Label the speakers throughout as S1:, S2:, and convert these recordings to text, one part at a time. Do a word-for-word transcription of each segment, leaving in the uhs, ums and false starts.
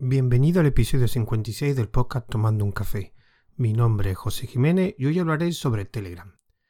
S1: Bienvenido al episodio cincuenta y seis del podcast Tomando un Café. Mi nombre es José Jiménez y hoy hablaré sobre Telegram.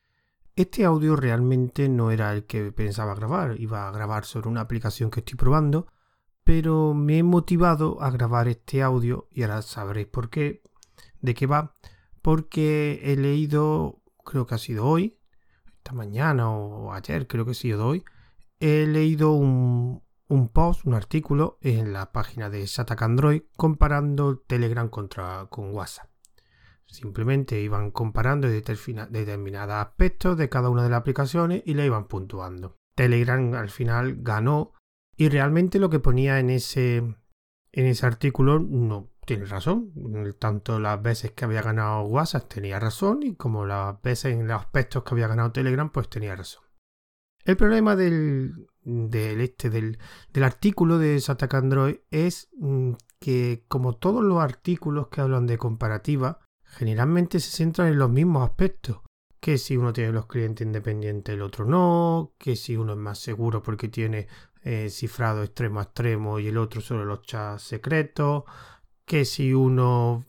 S1: Este audio realmente no era el que pensaba grabar, iba a grabar sobre una aplicación que estoy probando, pero me he motivado a grabar este audio y ahora sabréis por qué, de qué va, porque he leído, creo que ha sido hoy, esta mañana o ayer, creo que ha sido hoy, he leído un, un post, un artículo en la página de Satac Android comparando Telegram contra, con WhatsApp. Simplemente iban comparando determinados aspectos de cada una de las aplicaciones y le iban puntuando. Telegram al final ganó y realmente lo que ponía en ese, en ese artículo no tiene razón. Tanto las veces que había ganado WhatsApp tenía razón y como las veces en los aspectos que había ganado Telegram pues tenía razón. El problema del, del, este, del, del artículo de Satac Android es que, como todos los artículos que hablan de comparativa, generalmente se centran en los mismos aspectos. Que si uno tiene los clientes independientes, el otro no. Que si uno es más seguro porque tiene eh, cifrado extremo a extremo y el otro solo los chats secretos. Que si uno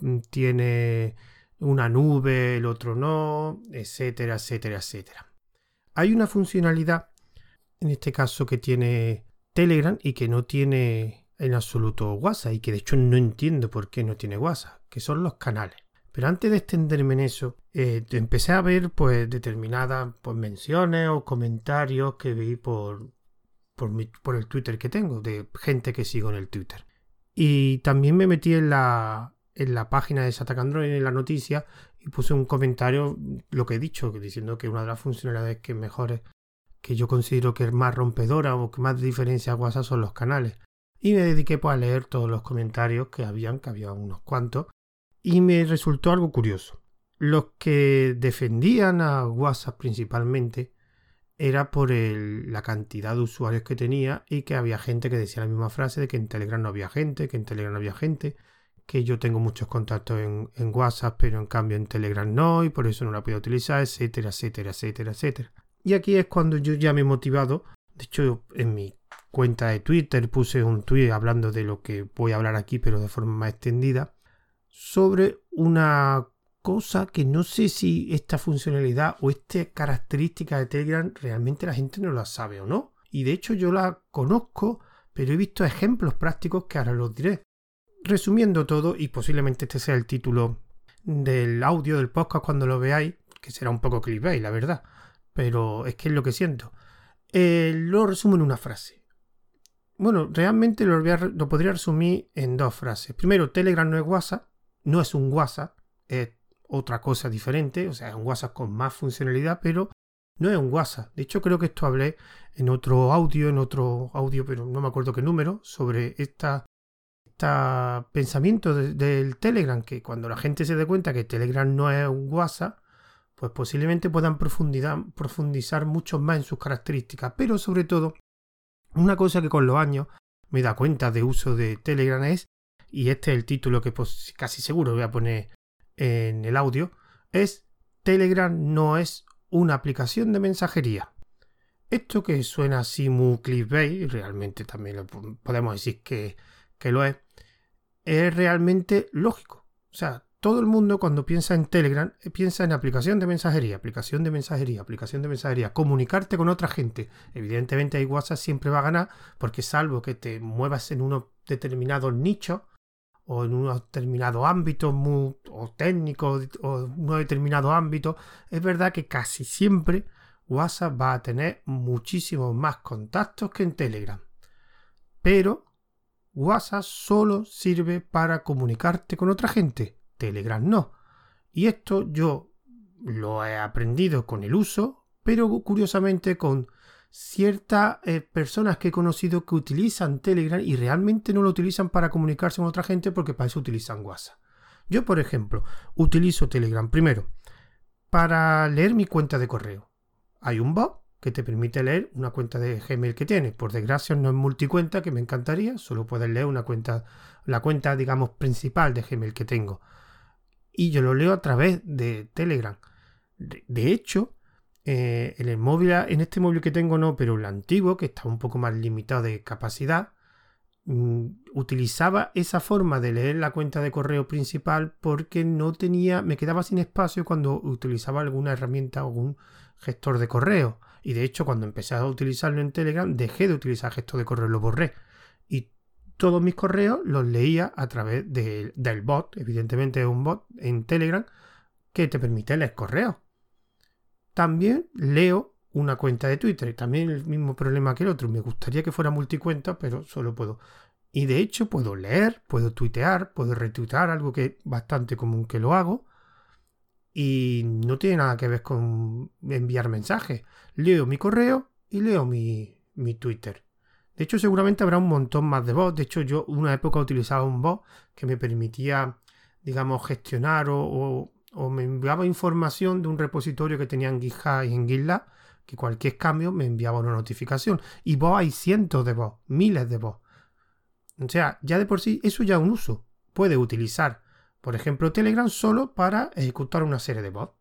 S1: tiene una nube, el otro no, etcétera, etcétera, etcétera. Hay una funcionalidad, en este caso, que tiene Telegram y que no tiene en absoluto WhatsApp y que de hecho no entiendo por qué no tiene WhatsApp, que son los canales. Pero antes de extenderme en eso, eh, empecé a ver pues determinadas pues, menciones o comentarios que vi por, por, mi, por el Twitter que tengo, de gente que sigo en el Twitter. Y también me metí en la, en la página de Satac Android, en la noticia, y puse un comentario, lo que he dicho, diciendo que una de las funcionalidades que mejores, que yo considero que es más rompedora o que más diferencia a WhatsApp son los canales. Y me dediqué pues, a leer todos los comentarios que habían, que había unos cuantos, y me resultó algo curioso. Los que defendían a WhatsApp principalmente era por el, la cantidad de usuarios que tenía y que había gente que decía la misma frase de que en Telegram no había gente, que en Telegram no había gente, que yo tengo muchos contactos en, en WhatsApp, pero en cambio en Telegram no, y por eso no la puedo utilizar, etcétera, etcétera, etcétera, etcétera. Y aquí es cuando yo ya me he motivado. De hecho, en mi cuenta de Twitter puse un tweet hablando de lo que voy a hablar aquí, pero de forma más extendida, sobre una cosa que no sé si esta funcionalidad o esta característica de Telegram realmente la gente no la sabe o no. Y de hecho yo la conozco, pero he visto ejemplos prácticos que ahora los diré. Resumiendo todo, y posiblemente este sea el título del audio del podcast cuando lo veáis, que será un poco clickbait, la verdad, pero es que es lo que siento. Eh, lo resumo en una frase. Bueno, realmente lo, voy a, lo podría resumir en dos frases. Primero, Telegram no es WhatsApp, no es un WhatsApp, es otra cosa diferente, o sea, es un WhatsApp con más funcionalidad, pero no es un WhatsApp. De hecho, creo que esto hablé en otro audio, en otro audio, pero no me acuerdo qué número, sobre esta Este pensamiento de, del Telegram, que cuando la gente se dé cuenta que Telegram no es un WhatsApp, pues posiblemente puedan profundizar, profundizar mucho más en sus características. Pero sobre todo, una cosa que con los años me da cuenta de uso de Telegram es, y este es el título que pues, casi seguro voy a poner en el audio, es: Telegram no es una aplicación de mensajería. Esto, que suena así muy clickbait, realmente también lo podemos decir que, que lo es, es realmente lógico. O sea, todo el mundo cuando piensa en Telegram piensa en aplicación de mensajería, aplicación de mensajería, aplicación de mensajería, comunicarte con otra gente. Evidentemente ahí WhatsApp siempre va a ganar, porque salvo que te muevas en unos determinados nichos o en unos determinados ámbitos muy, o técnicos o en unos determinados ámbitos, es verdad que casi siempre WhatsApp va a tener muchísimos más contactos que en Telegram. Pero WhatsApp solo sirve para comunicarte con otra gente, Telegram no. Y esto yo lo he aprendido con el uso, pero curiosamente con ciertas eh, personas que he conocido que utilizan Telegram y realmente no lo utilizan para comunicarse con otra gente, porque para eso utilizan WhatsApp. Yo, por ejemplo, utilizo Telegram primero para leer mi cuenta de correo. Hay un bot que te permite leer una cuenta de Gmail que tienes. Por desgracia no es multicuenta, que me encantaría. Solo puedes leer una cuenta, la cuenta, digamos, principal de Gmail que tengo. Y yo lo leo a través de Telegram. De, de hecho, eh, en el móvil, en este móvil que tengo no, pero el antiguo, que está un poco más limitado de capacidad, mm, utilizaba esa forma de leer la cuenta de correo principal porque no tenía, me quedaba sin espacio cuando utilizaba alguna herramienta o algún gestor de correo. Y de hecho, cuando empecé a utilizarlo en Telegram, dejé de utilizar gestor de correo, lo borré. Y todos mis correos los leía a través de, del bot. Evidentemente es un bot en Telegram que te permite leer correos. También leo una cuenta de Twitter. También el mismo problema que el otro. Me gustaría que fuera multicuenta, pero solo puedo. Y de hecho puedo leer, puedo tuitear, puedo retuitear, algo que es bastante común que lo hago. Y no tiene nada que ver con enviar mensajes. Leo mi correo y leo mi, mi Twitter. De hecho, seguramente habrá un montón más de bots. De hecho, yo una época utilizaba un bot que me permitía, digamos, gestionar o, o, o me enviaba información de un repositorio que tenía en GitHub y en GitLab, que cualquier cambio me enviaba una notificación. Y bots hay cientos de bots, miles de bots. O sea, ya de por sí, eso ya es un uso. Puede utilizar, por ejemplo, Telegram solo para ejecutar una serie de bots.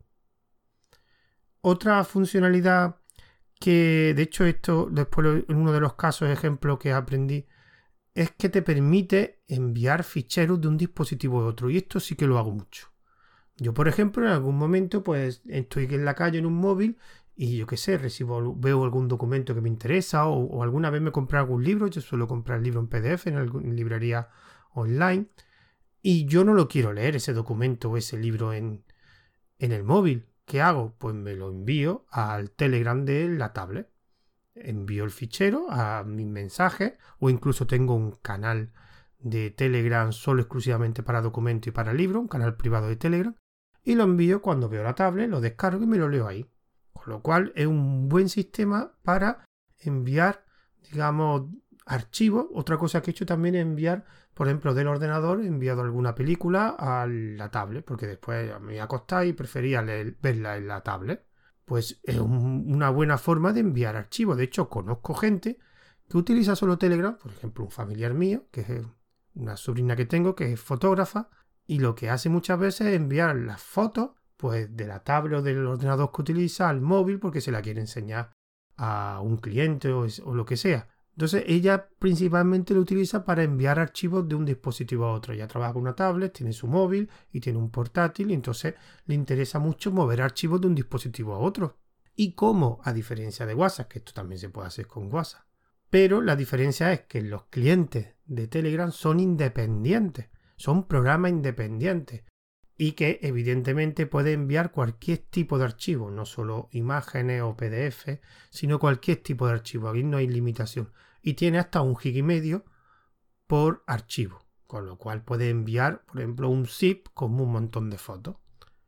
S1: Otra funcionalidad que, de hecho, esto después en uno de los casos ejemplos que aprendí, es que te permite enviar ficheros de un dispositivo a otro. Y esto sí que lo hago mucho. Yo, por ejemplo, en algún momento, pues estoy en la calle en un móvil y yo qué sé, recibo, veo algún documento que me interesa o, o alguna vez me compré algún libro. Yo suelo comprar libro en P D F en, alguna, en librería online. Y yo no lo quiero leer, ese documento o ese libro en, en el móvil. ¿Qué hago? Pues me lo envío al Telegram de la tablet. Envío el fichero a mis mensajes o incluso tengo un canal de Telegram solo exclusivamente para documentos y para libros, un canal privado de Telegram, y lo envío cuando veo la tablet, lo descargo y me lo leo ahí. Con lo cual es un buen sistema para enviar, digamos, archivos. Otra cosa que he hecho también es enviar, por ejemplo, del ordenador, he enviado alguna película a la tablet, porque después me acosté y prefería leer, verla en la tablet. Pues es un, una buena forma de enviar archivos. De hecho, conozco gente que utiliza solo Telegram, por ejemplo, un familiar mío, que es una sobrina que tengo, que es fotógrafa, y lo que hace muchas veces es enviar las fotos pues de la tablet o del ordenador que utiliza al móvil porque se la quiere enseñar a un cliente o, es, o lo que sea. Entonces ella principalmente lo utiliza para enviar archivos de un dispositivo a otro. Ella trabaja con una tablet, tiene su móvil y tiene un portátil y entonces le interesa mucho mover archivos de un dispositivo a otro. Y como, a diferencia de WhatsApp, que esto también se puede hacer con WhatsApp. Pero la diferencia es que los clientes de Telegram son independientes, son programas independientes y que evidentemente puede enviar cualquier tipo de archivo, no solo imágenes o P D F, sino cualquier tipo de archivo. Aquí no hay limitación. Y tiene hasta un giga y medio por archivo, con lo cual puede enviar, por ejemplo, un zip con un montón de fotos.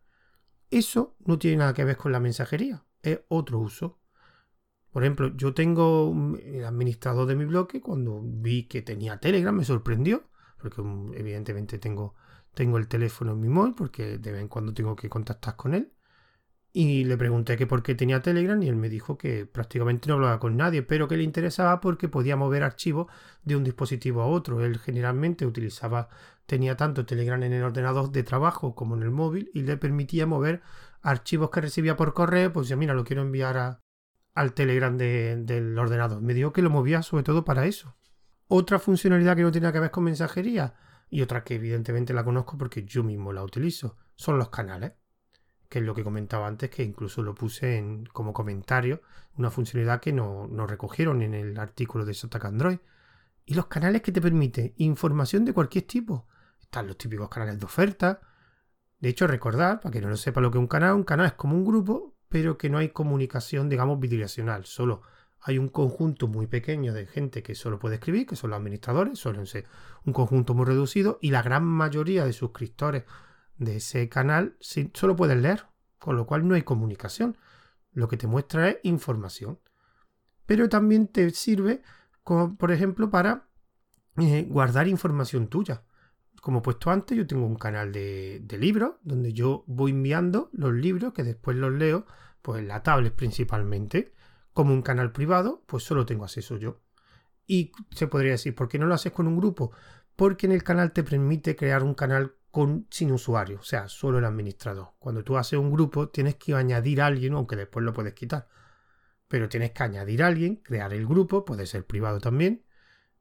S1: Eso no tiene nada que ver con la mensajería, es otro uso. Por ejemplo, yo tengo el administrador de mi blog que cuando vi que tenía Telegram me sorprendió, porque evidentemente tengo, tengo el teléfono en mi móvil porque de vez en cuando tengo que contactar con él. Y le pregunté que por qué tenía Telegram y él me dijo que prácticamente no hablaba con nadie, pero que le interesaba porque podía mover archivos de un dispositivo a otro. Él generalmente utilizaba, tenía tanto Telegram en el ordenador de trabajo como en el móvil y le permitía mover archivos que recibía por correo. Pues ya mira, lo quiero enviar a, al Telegram de, del ordenador. Me dijo que lo movía sobre todo para eso. Otra funcionalidad que no tiene que ver con mensajería y otra que evidentemente la conozco porque yo mismo la utilizo son los canales, que es lo que comentaba antes, que incluso lo puse en, como comentario, una funcionalidad que no, no recogieron en el artículo de Satac Android. Y los canales que te permiten información de cualquier tipo. Están los típicos canales de oferta. De hecho, recordar, para que no lo sepa lo que es un canal, un canal es como un grupo, pero que no hay comunicación, digamos, bidireccional. Solo hay un conjunto muy pequeño de gente que solo puede escribir, que son los administradores, suelen ser un conjunto muy reducido, y la gran mayoría de suscriptores de ese canal sí, solo pueden leer, con lo cual no hay comunicación. Lo que te muestra es información. Pero también te sirve, como por ejemplo, para eh, guardar información tuya. Como he puesto antes, yo tengo un canal de, de libros, donde yo voy enviando los libros, que después los leo, pues en la tablet principalmente. Como un canal privado, pues solo tengo acceso yo. Y se podría decir, ¿por qué no lo haces con un grupo? Porque en el canal te permite crear un canal con, sin usuario, o sea, solo el administrador. Cuando tú haces un grupo, tienes que añadir a alguien, aunque después lo puedes quitar. Pero tienes que añadir a alguien, crear el grupo, puede ser privado también,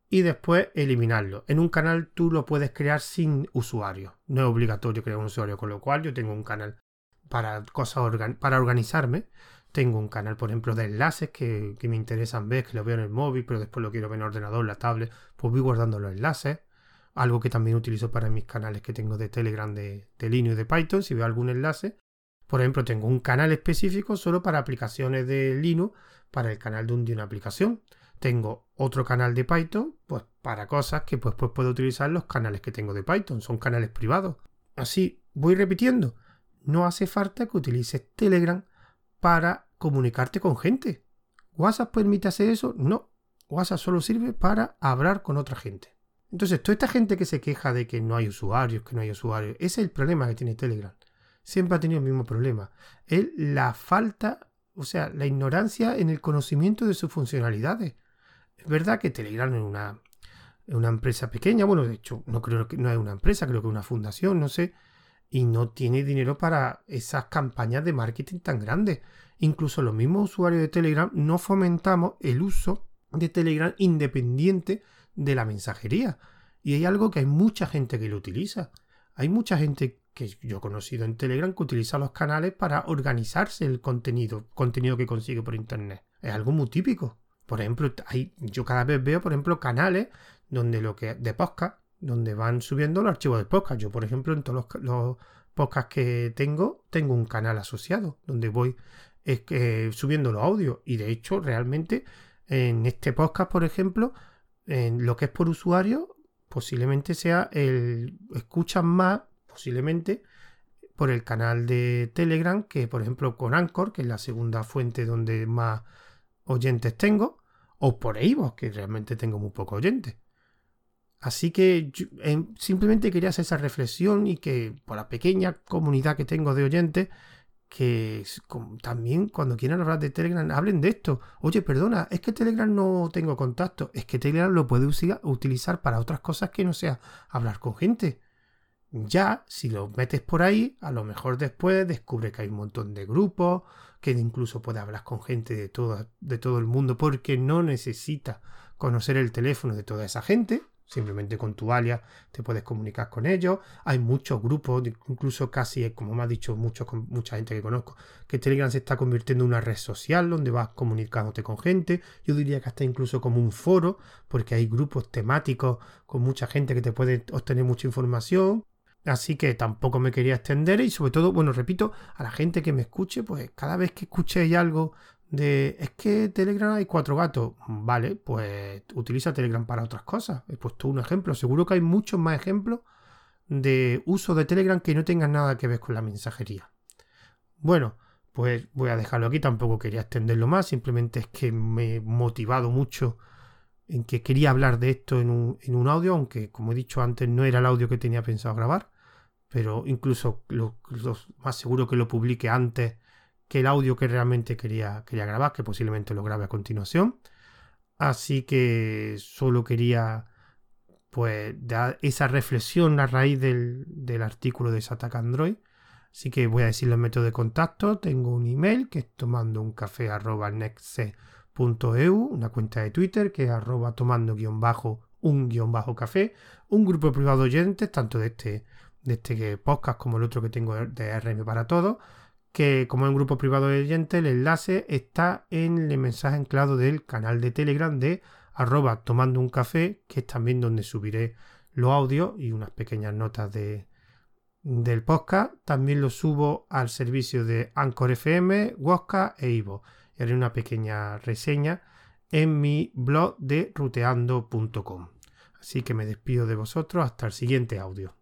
S1: y después eliminarlo. En un canal tú lo puedes crear sin usuario. No es obligatorio crear un usuario, con lo cual yo tengo un canal para cosas organ- para organizarme. Tengo un canal, por ejemplo, de enlaces que, que me interesan ver, que lo veo en el móvil, pero después lo quiero ver en el ordenador, la tablet, pues voy guardando los enlaces. Algo que también utilizo para mis canales que tengo de Telegram, de, de Linux y de Python. Si veo algún enlace, por ejemplo, tengo un canal específico solo para aplicaciones de Linux, para el canal de, un, de una aplicación. Tengo otro canal de Python, pues para cosas que pues, pues puedo utilizar los canales que tengo de Python. Son canales privados. Así, voy repitiendo. No hace falta que utilices Telegram para comunicarte con gente. ¿WhatsApp permite hacer eso? No. WhatsApp solo sirve para hablar con otra gente. Entonces, toda esta gente que se queja de que no hay usuarios, que no hay usuarios, ese es el problema que tiene Telegram. Siempre ha tenido el mismo problema. Es la falta, o sea, la ignorancia en el conocimiento de sus funcionalidades. Es verdad que Telegram es una, es una empresa pequeña. Bueno, de hecho, no creo que no es una empresa, creo que es una fundación, no sé. Y no tiene dinero para esas campañas de marketing tan grandes. Incluso los mismos usuarios de Telegram no fomentamos el uso de Telegram independiente de la mensajería. Y hay algo que hay mucha gente que lo utiliza. Hay mucha gente que yo he conocido en Telegram que utiliza los canales para organizarse el contenido, contenido que consigue por internet. Es algo muy típico. Por ejemplo, hay, yo cada vez veo, por ejemplo, canales donde lo que de podcast, donde van subiendo los archivos de podcast. Yo, por ejemplo, en todos los, los podcasts que tengo, tengo un canal asociado donde voy es que, subiendo los audios. Y de hecho, realmente, en este podcast, por ejemplo, en lo que es por usuario, posiblemente sea el... Escuchan más, posiblemente, por el canal de Telegram que, por ejemplo, con Anchor, que es la segunda fuente donde más oyentes tengo, o por iVoox, que realmente tengo muy pocos oyentes. Así que yo, eh, simplemente quería hacer esa reflexión y que por la pequeña comunidad que tengo de oyentes, que con, también cuando quieran hablar de Telegram hablen de esto. Oye, perdona, es que Telegram no tengo contacto. Es que Telegram lo puede usi- utilizar para otras cosas que no sea hablar con gente. Ya, si lo metes por ahí, a lo mejor después descubre que hay un montón de grupos, que incluso puede hablar con gente de todo, de todo el mundo, porque no necesita conocer el teléfono de toda esa gente. Simplemente con tu alias te puedes comunicar con ellos. Hay muchos grupos, incluso casi, como me ha dicho mucho, mucha gente que conozco, que Telegram se está convirtiendo en una red social donde vas comunicándote con gente. Yo diría que hasta incluso como un foro, porque hay grupos temáticos con mucha gente que te puede obtener mucha información. Así que tampoco me quería extender y sobre todo, bueno, repito, a la gente que me escuche, pues cada vez que escuchéis algo de es que Telegram hay cuatro gatos, vale, pues utiliza Telegram para otras cosas. He puesto un ejemplo, seguro que hay muchos más ejemplos de uso de Telegram que no tengan nada que ver con la mensajería. Bueno, pues voy a dejarlo aquí, tampoco quería extenderlo más, simplemente es que me he motivado mucho en que quería hablar de esto en un, en un audio, aunque como he dicho antes no era el audio que tenía pensado grabar, pero incluso lo, lo más seguro que lo publique antes que el audio que realmente quería, quería grabar, que posiblemente lo grabe a continuación. Así que solo quería pues dar esa reflexión a raíz del, del artículo de Satak Android. Así que voy a decir los métodos de contacto. Tengo un email que es tomandouncafe arroba nextc punto e u, una cuenta de Twitter que es arroba tomando guión bajo un guión bajo café, un grupo privado de oyentes, tanto de este, de este podcast como el otro que tengo de R M para todos, que como es un grupo privado de oyentes, el enlace está en el mensaje anclado del canal de Telegram de arroba tomando un café, que es también donde subiré los audios y unas pequeñas notas de, del podcast. También lo subo al servicio de Anchor F M, Wodcast e iVoox. Y haré una pequeña reseña en mi blog de ruteando punto com. Así que me despido de vosotros hasta el siguiente audio.